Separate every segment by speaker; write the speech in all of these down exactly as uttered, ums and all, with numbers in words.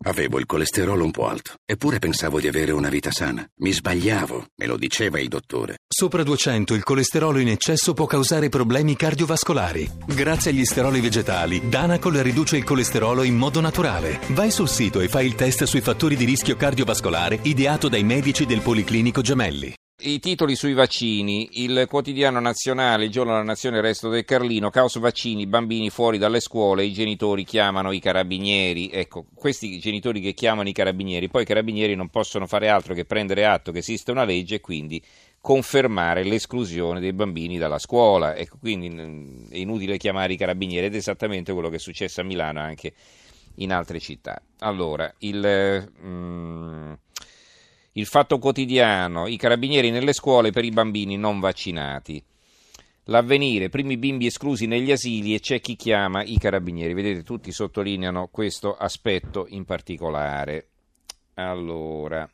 Speaker 1: Avevo il colesterolo un po' alto, eppure pensavo di avere una vita sana. Mi sbagliavo, me lo diceva il dottore.
Speaker 2: Sopra duecento il colesterolo in eccesso può causare problemi cardiovascolari. Grazie agli steroli vegetali, Danacol riduce il colesterolo in modo naturale. Vai sul sito e fai il test sui fattori di rischio cardiovascolare ideato dai medici del Policlinico Gemelli.
Speaker 3: I titoli sui vaccini, il quotidiano nazionale, il giorno della nazione, il resto del Carlino, caos vaccini, bambini fuori dalle scuole, i genitori chiamano i carabinieri. Ecco, questi genitori che chiamano i carabinieri, poi i carabinieri non possono fare altro che prendere atto che esiste una legge e quindi confermare l'esclusione dei bambini dalla scuola. Ecco, quindi è inutile chiamare i carabinieri ed è esattamente quello che è successo a Milano e anche in altre città. Allora, il... Mm, Il Fatto Quotidiano, i carabinieri nelle scuole per i bambini non vaccinati. L'Avvenire, primi bimbi esclusi negli asili e c'è chi chiama i carabinieri. Vedete, tutti sottolineano questo aspetto in particolare. Allora,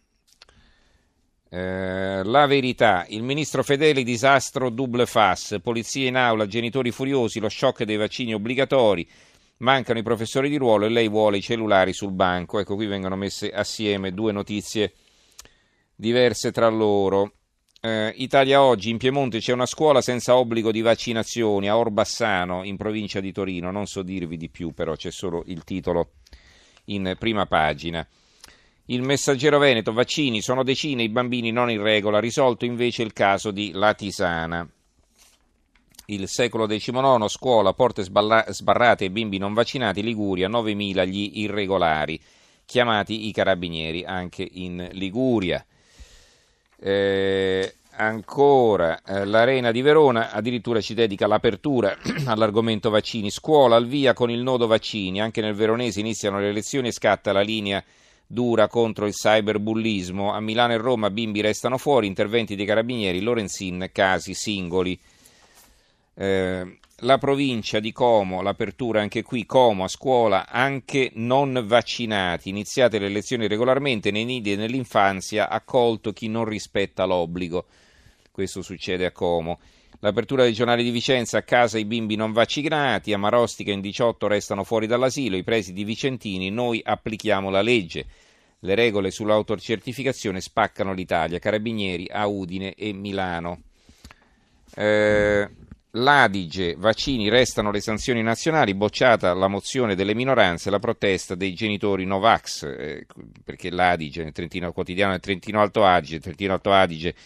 Speaker 3: eh, La Verità, il ministro Fedeli, disastro double face, polizia in aula, genitori furiosi, lo shock dei vaccini obbligatori. Mancano i professori di ruolo e lei vuole i cellulari sul banco. Ecco, qui vengono messe assieme due notizie diverse tra loro. Eh, Italia Oggi, in Piemonte c'è una scuola senza obbligo di vaccinazioni a Orbassano, in provincia di Torino. Non so dirvi di più, però c'è solo il titolo in prima pagina. Il Messaggero Veneto, vaccini, sono decine i bambini non in regola, risolto invece il caso di Latisana. Il Secolo diciannove, scuola, porte sballa- sbarrate e bimbi non vaccinati, Liguria, novemila gli irregolari, chiamati i carabinieri anche in Liguria. Eh, ancora eh, l'Arena di Verona addirittura ci dedica l'apertura all'argomento vaccini. Scuola al via con il nodo vaccini, anche nel veronese iniziano le lezioni e scatta la linea dura contro il cyberbullismo. A Milano e Roma bimbi restano fuori, interventi dei carabinieri, Lorenzin, casi singoli. Eh, la provincia di Como, l'apertura anche qui, Como a scuola anche non vaccinati, iniziate le lezioni regolarmente, nei nidi e nell'infanzia accolto chi non rispetta l'obbligo. Questo succede a Como. L'apertura dei giornali di Vicenza, a casa i bimbi non vaccinati, a Marostica in diciotto restano fuori dall'asilo, i presidi vicentini, noi applichiamo la legge. Le regole sull'autocertificazione spaccano l'Italia, carabinieri a Udine e Milano. Eh... L'Adige, vaccini, restano le sanzioni nazionali, bocciata la mozione delle minoranze, la protesta dei genitori Novax, eh, perché l'Adige, nel Trentino quotidiano del Trentino Alto Adige, Trentino Alto Adige,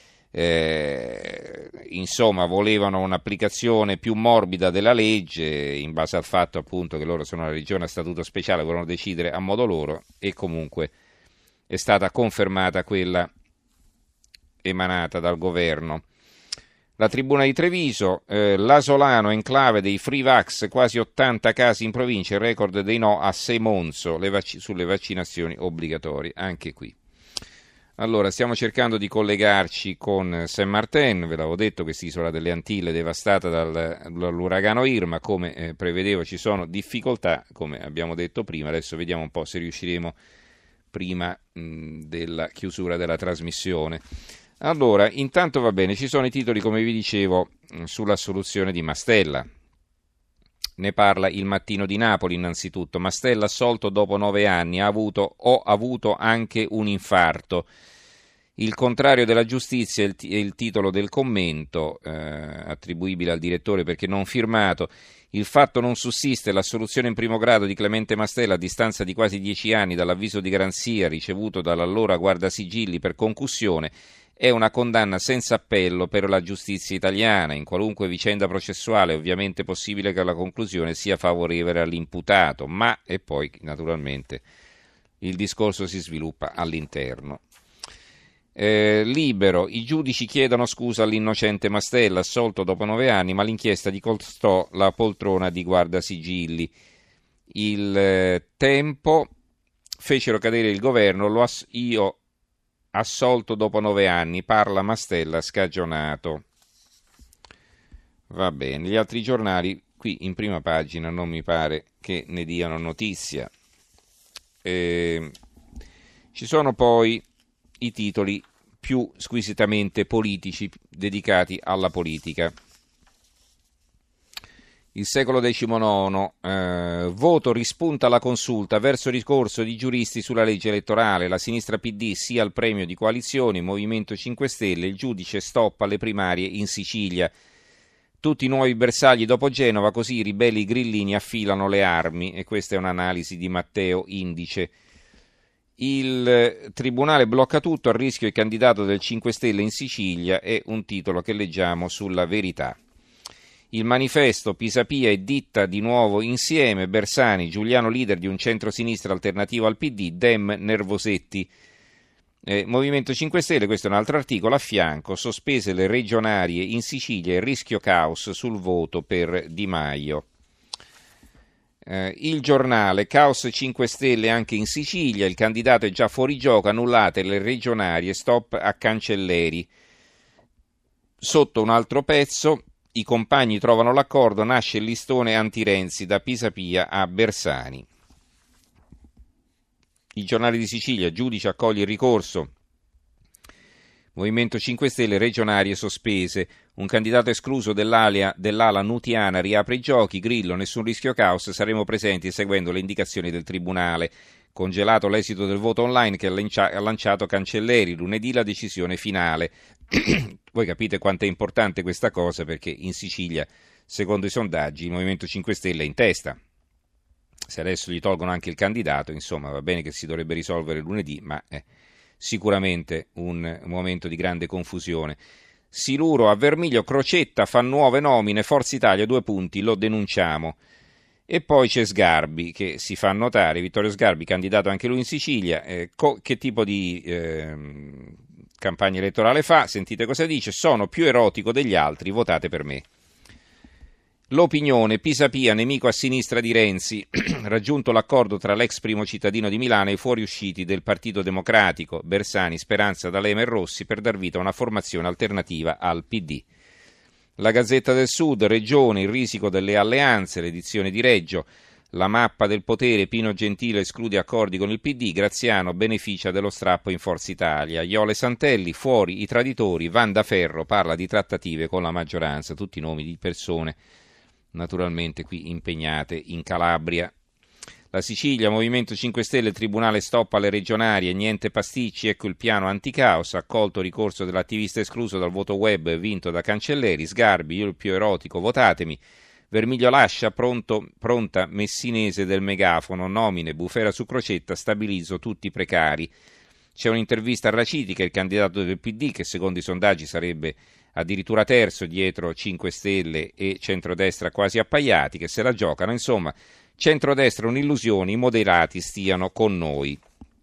Speaker 3: eh, insomma, volevano un'applicazione più morbida della legge, in base al fatto appunto che loro sono una regione a statuto speciale, volevano decidere a modo loro e comunque è stata confermata quella emanata dal governo. La Tribuna di Treviso, eh, l'Asolano enclave dei free vax, quasi ottanta casi in provincia, il record dei no a Semonzo le vac- sulle vaccinazioni obbligatorie, anche qui. Allora, stiamo cercando di collegarci con Saint Martin, ve l'avevo detto, quest'isola delle Antille devastata dal, dall'uragano Irma, come eh, prevedevo ci sono difficoltà, come abbiamo detto prima, adesso vediamo un po' se riusciremo prima mh, della chiusura della trasmissione. Allora, intanto va bene, ci sono i titoli, come vi dicevo, sull'assoluzione di Mastella. Ne parla Il Mattino di Napoli innanzitutto. Mastella assolto dopo nove anni, ha avuto, ho avuto anche un infarto. Il contrario della giustizia è il, t- è il titolo del commento, eh, attribuibile al direttore perché non firmato. Il fatto non sussiste, l'assoluzione in primo grado di Clemente Mastella a distanza di quasi dieci anni dall'avviso di garanzia ricevuto dall'allora guardasigilli per concussione è una condanna senza appello per la giustizia italiana. In qualunque vicenda processuale è ovviamente possibile che la conclusione sia favorevole all'imputato, ma e poi naturalmente il discorso si sviluppa all'interno. Eh, Libero, i giudici chiedono scusa all'innocente Mastella, assolto dopo nove anni, ma l'inchiesta gli costò la poltrona di guardasigilli. Il eh, Tempo, fecero cadere il governo, lo ass- io assolto dopo nove anni, parla Mastella scagionato. Va bene, gli altri giornali qui in prima pagina non mi pare che ne diano notizia. Eh, ci sono poi i titoli più squisitamente politici dedicati alla politica. Il secolo diciannove, eh, voto rispunta alla consulta verso ricorso di giuristi sulla legge elettorale, la sinistra P D sia al premio di coalizioni, Movimento cinque Stelle, il giudice stop alle primarie in Sicilia. Tutti i nuovi bersagli dopo Genova, così i ribelli grillini affilano le armi, e questa è un'analisi di Matteo Indice. Il tribunale blocca tutto, a rischio il candidato del cinque Stelle in Sicilia, è un titolo che leggiamo sulla Verità. Il manifesto, Pisapia e Ditta di nuovo insieme, Bersani, Giuliano leader di un centro-sinistra alternativo al P D, Dem nervosetti. Eh, Movimento cinque Stelle, questo è un altro articolo, a fianco, sospese le regionarie in Sicilia e rischio caos sul voto per Di Maio. Eh, il Giornale, caos cinque Stelle anche in Sicilia, il candidato è già fuori gioco, annullate le regionarie, stop a Cancelleri. Sotto un altro pezzo, i compagni trovano l'accordo, nasce il listone anti-Renzi da Pisapia a Bersani. Il Giornale di Sicilia, giudice accoglie il ricorso, Movimento cinque Stelle, regionarie sospese, un candidato escluso dell'ala, dell'ala nutiana riapre i giochi, Grillo, nessun rischio caos, saremo presenti seguendo le indicazioni del Tribunale. Congelato l'esito del voto online che ha lanciato Cancelleri, lunedì la decisione finale. Voi capite quanto è importante questa cosa, perché in Sicilia, secondo i sondaggi, il Movimento cinque Stelle è in testa. Se adesso gli tolgono anche il candidato, insomma, va bene che si dovrebbe risolvere lunedì, ma è sicuramente un momento di grande confusione. Siluro a Vermiglio, Crocetta fa nuove nomine, Forza Italia due punti, lo denunciamo. E poi c'è Sgarbi che si fa notare, Vittorio Sgarbi, candidato anche lui in Sicilia. Eh, co- che tipo di eh, campagna elettorale fa? Sentite cosa dice: sono più erotico degli altri, votate per me. L'Opinione, Pisapia, nemico a sinistra di Renzi, raggiunto l'accordo tra l'ex primo cittadino di Milano e i fuoriusciti del Partito Democratico, Bersani, Speranza, D'Alema e Rossi, per dar vita a una formazione alternativa al P D. La Gazzetta del Sud, Regione, il risico delle alleanze, l'edizione di Reggio, la mappa del potere, Pino Gentile esclude accordi con il P D, Graziano beneficia dello strappo in Forza Italia, Iole Santelli, fuori i traditori, Vanda Ferro parla di trattative con la maggioranza, tutti nomi di persone naturalmente qui impegnate in Calabria. La Sicilia, Movimento cinque Stelle, Tribunale stop alle regionarie, niente pasticci, ecco il piano anticaos, accolto ricorso dell'attivista escluso dal voto web vinto da Cancelleri, Sgarbi, io il più erotico, votatemi. Vermiglio lascia, pronto, pronta Messinese del megafono, nomine, bufera su Crocetta, stabilizzo tutti precari. C'è un'intervista a Racitica, il candidato del P D, che secondo i sondaggi sarebbe addirittura terzo dietro cinque Stelle e centrodestra quasi appaiati, che se la giocano, insomma, centrodestra un'illusione, i moderati stiano con noi.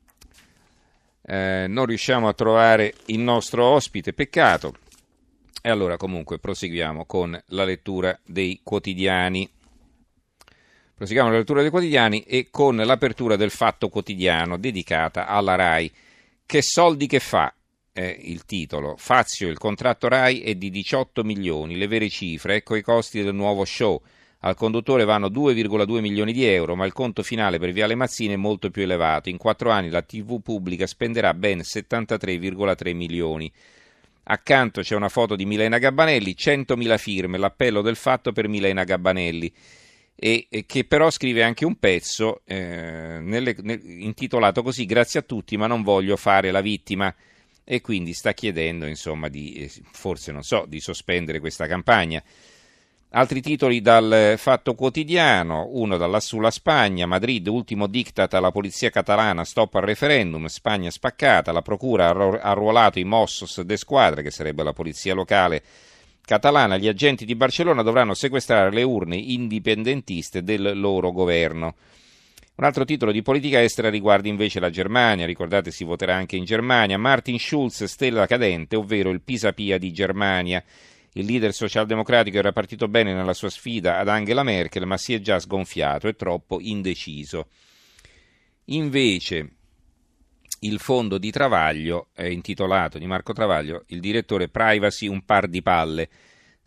Speaker 3: Eh, non riusciamo a trovare il nostro ospite, peccato. E allora comunque proseguiamo con la lettura dei quotidiani. Proseguiamo la lettura dei quotidiani e con l'apertura del Fatto Quotidiano dedicata alla RAI. Che soldi che fa? È il titolo. Fazio, il contratto RAI è di diciotto milioni, le vere cifre, ecco i costi del nuovo show. Al conduttore vanno due virgola due milioni di euro, ma il conto finale per Viale Mazzini è molto più elevato. In quattro anni la tivù pubblica spenderà ben settantatré virgola tre milioni. Accanto c'è una foto di Milena Gabbanelli, centomila firme, l'appello del Fatto per Milena Gabbanelli, e, e che però scrive anche un pezzo eh, nelle, nel, intitolato così: grazie a tutti ma non voglio fare la vittima, e quindi sta chiedendo insomma di, eh, forse non so, di sospendere questa campagna. Altri titoli dal Fatto Quotidiano, uno dalla, sulla Spagna, Madrid, ultimo diktat alla polizia catalana, stop al referendum, Spagna spaccata, la procura ha arruolato i Mossos de Squadra, che sarebbe la polizia locale catalana, gli agenti di Barcellona dovranno sequestrare le urne indipendentiste del loro governo. Un altro titolo di politica estera riguarda invece la Germania, ricordate si voterà anche in Germania, Martin Schulz, stella cadente, ovvero il Pisapia di Germania. Il leader socialdemocratico era partito bene nella sua sfida ad Angela Merkel, ma si è già sgonfiato, è troppo indeciso. Invece il fondo di Travaglio è intitolato, di Marco Travaglio, il direttore Privacy un par di palle.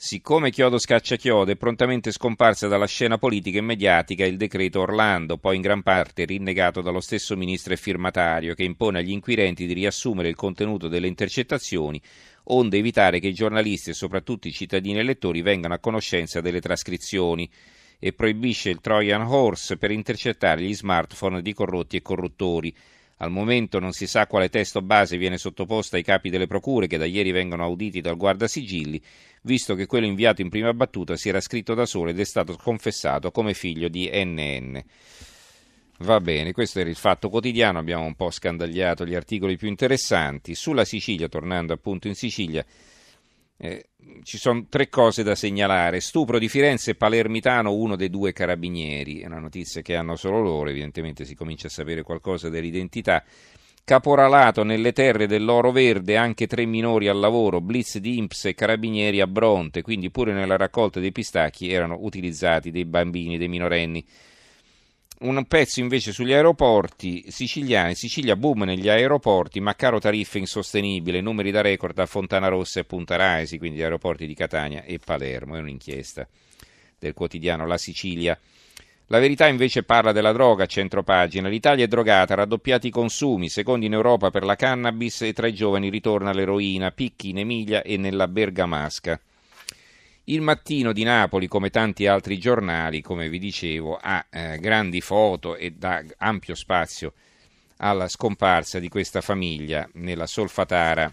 Speaker 3: Siccome chiodo scaccia chiodo è prontamente scomparsa dalla scena politica e mediatica il decreto Orlando, poi in gran parte rinnegato dallo stesso ministro e firmatario, che impone agli inquirenti di riassumere il contenuto delle intercettazioni, onde evitare che i giornalisti e soprattutto i cittadini elettori vengano a conoscenza delle trascrizioni, e proibisce il Trojan Horse per intercettare gli smartphone di corrotti e corruttori. Al momento non si sa quale testo base viene sottoposto ai capi delle procure, che da ieri vengono auditi dal guardasigilli, visto che quello inviato in prima battuta si era scritto da solo ed è stato confessato come figlio di N N. Va bene, questo era il Fatto Quotidiano, abbiamo un po' scandagliato gli articoli più interessanti. Sulla Sicilia, tornando appunto in Sicilia, eh, ci sono tre cose da segnalare. Stupro di Firenze, palermitano uno dei due carabinieri, è una notizia che hanno solo loro, evidentemente si comincia a sapere qualcosa dell'identità. Caporalato nelle terre dell'Oro Verde, anche tre minori al lavoro, blitz di I N P S e carabinieri a Bronte, quindi pure nella raccolta dei pistacchi erano utilizzati dei bambini, dei minorenni. Un pezzo invece sugli aeroporti siciliani. Sicilia boom negli aeroporti, ma caro tariffe insostenibile, numeri da record a Fontanarossa e Punta Raisi, quindi gli aeroporti di Catania e Palermo. È un'inchiesta del quotidiano La Sicilia. La Verità invece parla della droga a centropagina. L'Italia è drogata, raddoppiati i consumi, secondi in Europa per la cannabis e tra i giovani ritorna l'eroina, picchi in Emilia e nella Bergamasca. Il Mattino di Napoli, come tanti altri giornali, come vi dicevo, ha eh, grandi foto e dà ampio spazio alla scomparsa di questa famiglia nella Solfatara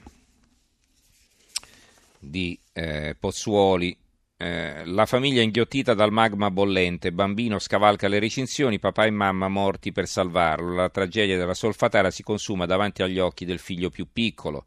Speaker 3: di eh, Pozzuoli. Eh, la famiglia inghiottita dal magma bollente, bambino scavalca le recinzioni, papà e mamma morti per salvarlo. La tragedia della Solfatara si consuma davanti agli occhi del figlio più piccolo.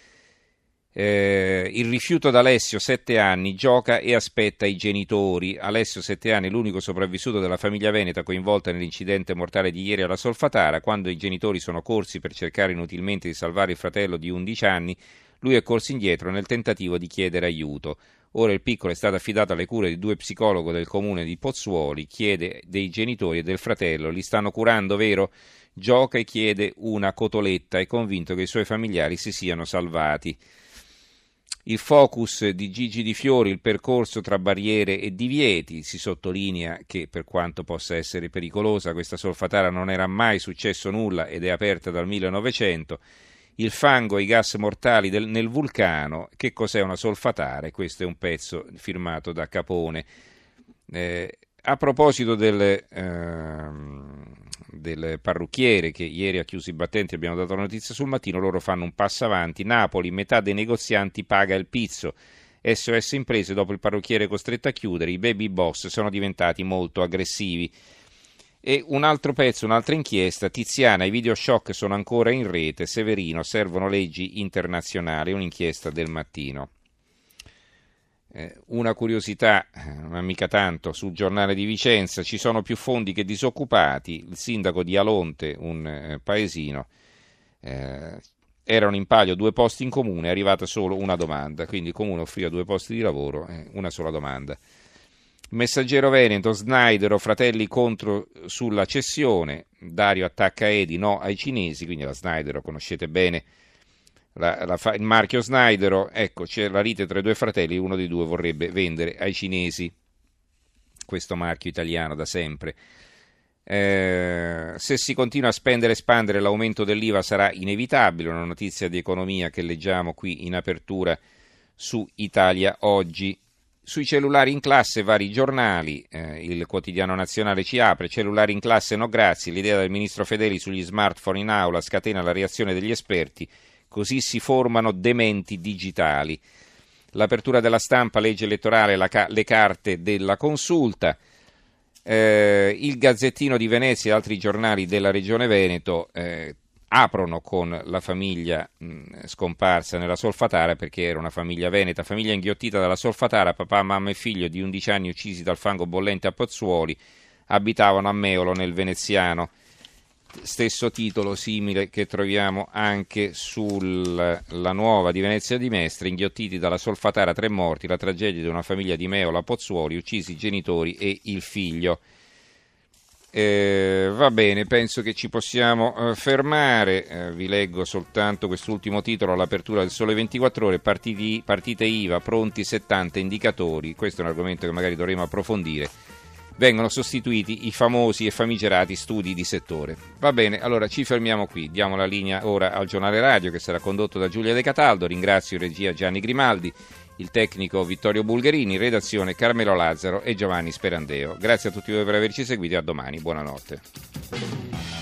Speaker 3: Eh, il rifiuto d'Alessio, sette anni, gioca e aspetta i genitori. Alessio, sette anni, l'unico sopravvissuto della famiglia veneta coinvolta nell'incidente mortale di ieri alla Solfatara. Quando i genitori sono corsi per cercare inutilmente di salvare il fratello di undici anni, lui è corso indietro nel tentativo di chiedere aiuto. Ora il piccolo è stato affidato alle cure di due psicologi del comune di Pozzuoli, chiede dei genitori e del fratello, li stanno curando, vero? Gioca e chiede una cotoletta, è convinto che i suoi familiari si siano salvati. Il focus di Gigi Di Fiori, il percorso tra barriere e divieti, si sottolinea che per quanto possa essere pericolosa questa Solfatara non era mai successo nulla ed è aperta dal millenovecento. Il fango e i gas mortali del, nel vulcano, che cos'è una Solfatara? Questo è un pezzo firmato da Capone. Eh, a proposito del, eh, del parrucchiere che ieri ha chiuso i battenti, abbiamo dato la notizia sul Mattino, loro fanno un passo avanti. Napoli, metà dei negozianti paga il pizzo. S O S Imprese, dopo il parrucchiere costretto a chiudere, i baby boss sono diventati molto aggressivi. E un altro pezzo, un'altra inchiesta, Tiziana, i video shock sono ancora in rete, Severino, servono leggi internazionali, un'inchiesta del Mattino. Eh, una curiosità, ma mica tanto, sul giornale di Vicenza, ci sono più fondi che disoccupati, il sindaco di Alonte, un eh, paesino, eh, erano in palio due posti in comune, è arrivata solo una domanda, quindi il comune offriva due posti di lavoro, eh, una sola domanda. Messaggero Veneto, Snyder, fratelli contro sulla cessione, Dario attacca Edi, no ai cinesi, quindi la Snyder conoscete bene, la, la, il marchio Snyder, ecco c'è la lite tra i due fratelli, uno dei due vorrebbe vendere ai cinesi questo marchio italiano da sempre. Eh, se si continua a spendere e espandere l'aumento dell'I V A sarà inevitabile, una notizia di economia che leggiamo qui in apertura su Italia Oggi. Sui cellulari in classe vari giornali, eh, il Quotidiano Nazionale ci apre, cellulari in classe no grazie, l'idea del ministro Fedeli sugli smartphone in aula scatena la reazione degli esperti, così si formano dementi digitali. L'apertura della Stampa, legge elettorale, la ca- le carte della consulta, eh, il Gazzettino di Venezia e altri giornali della regione Veneto eh, aprono con la famiglia mh, scomparsa nella Solfatara, perché era una famiglia veneta, famiglia inghiottita dalla Solfatara, papà, mamma e figlio di undici anni uccisi dal fango bollente a Pozzuoli, abitavano a Meolo nel Veneziano. Stesso titolo simile che troviamo anche sulla Nuova di Venezia di Mestre, inghiottiti dalla Solfatara, tre morti, la tragedia di una famiglia di Meolo a Pozzuoli, uccisi i genitori e il figlio. Eh, va bene, penso che ci possiamo eh, fermare. Eh, vi leggo soltanto quest'ultimo titolo all'apertura del Sole ventiquattro Ore. Partiti, partite I V A, pronti settanta indicatori. Questo è un argomento che magari dovremo approfondire. Vengono sostituiti i famosi e famigerati studi di settore. Va bene, allora ci fermiamo qui. Diamo la linea ora al giornale radio, che sarà condotto da Giulia De Cataldo. Ringrazio in regia Gianni Grimaldi, il tecnico Vittorio Bulgherini, in redazione Carmelo Lazzaro e Giovanni Sperandeo. Grazie a tutti voi per averci seguiti, a domani, buonanotte.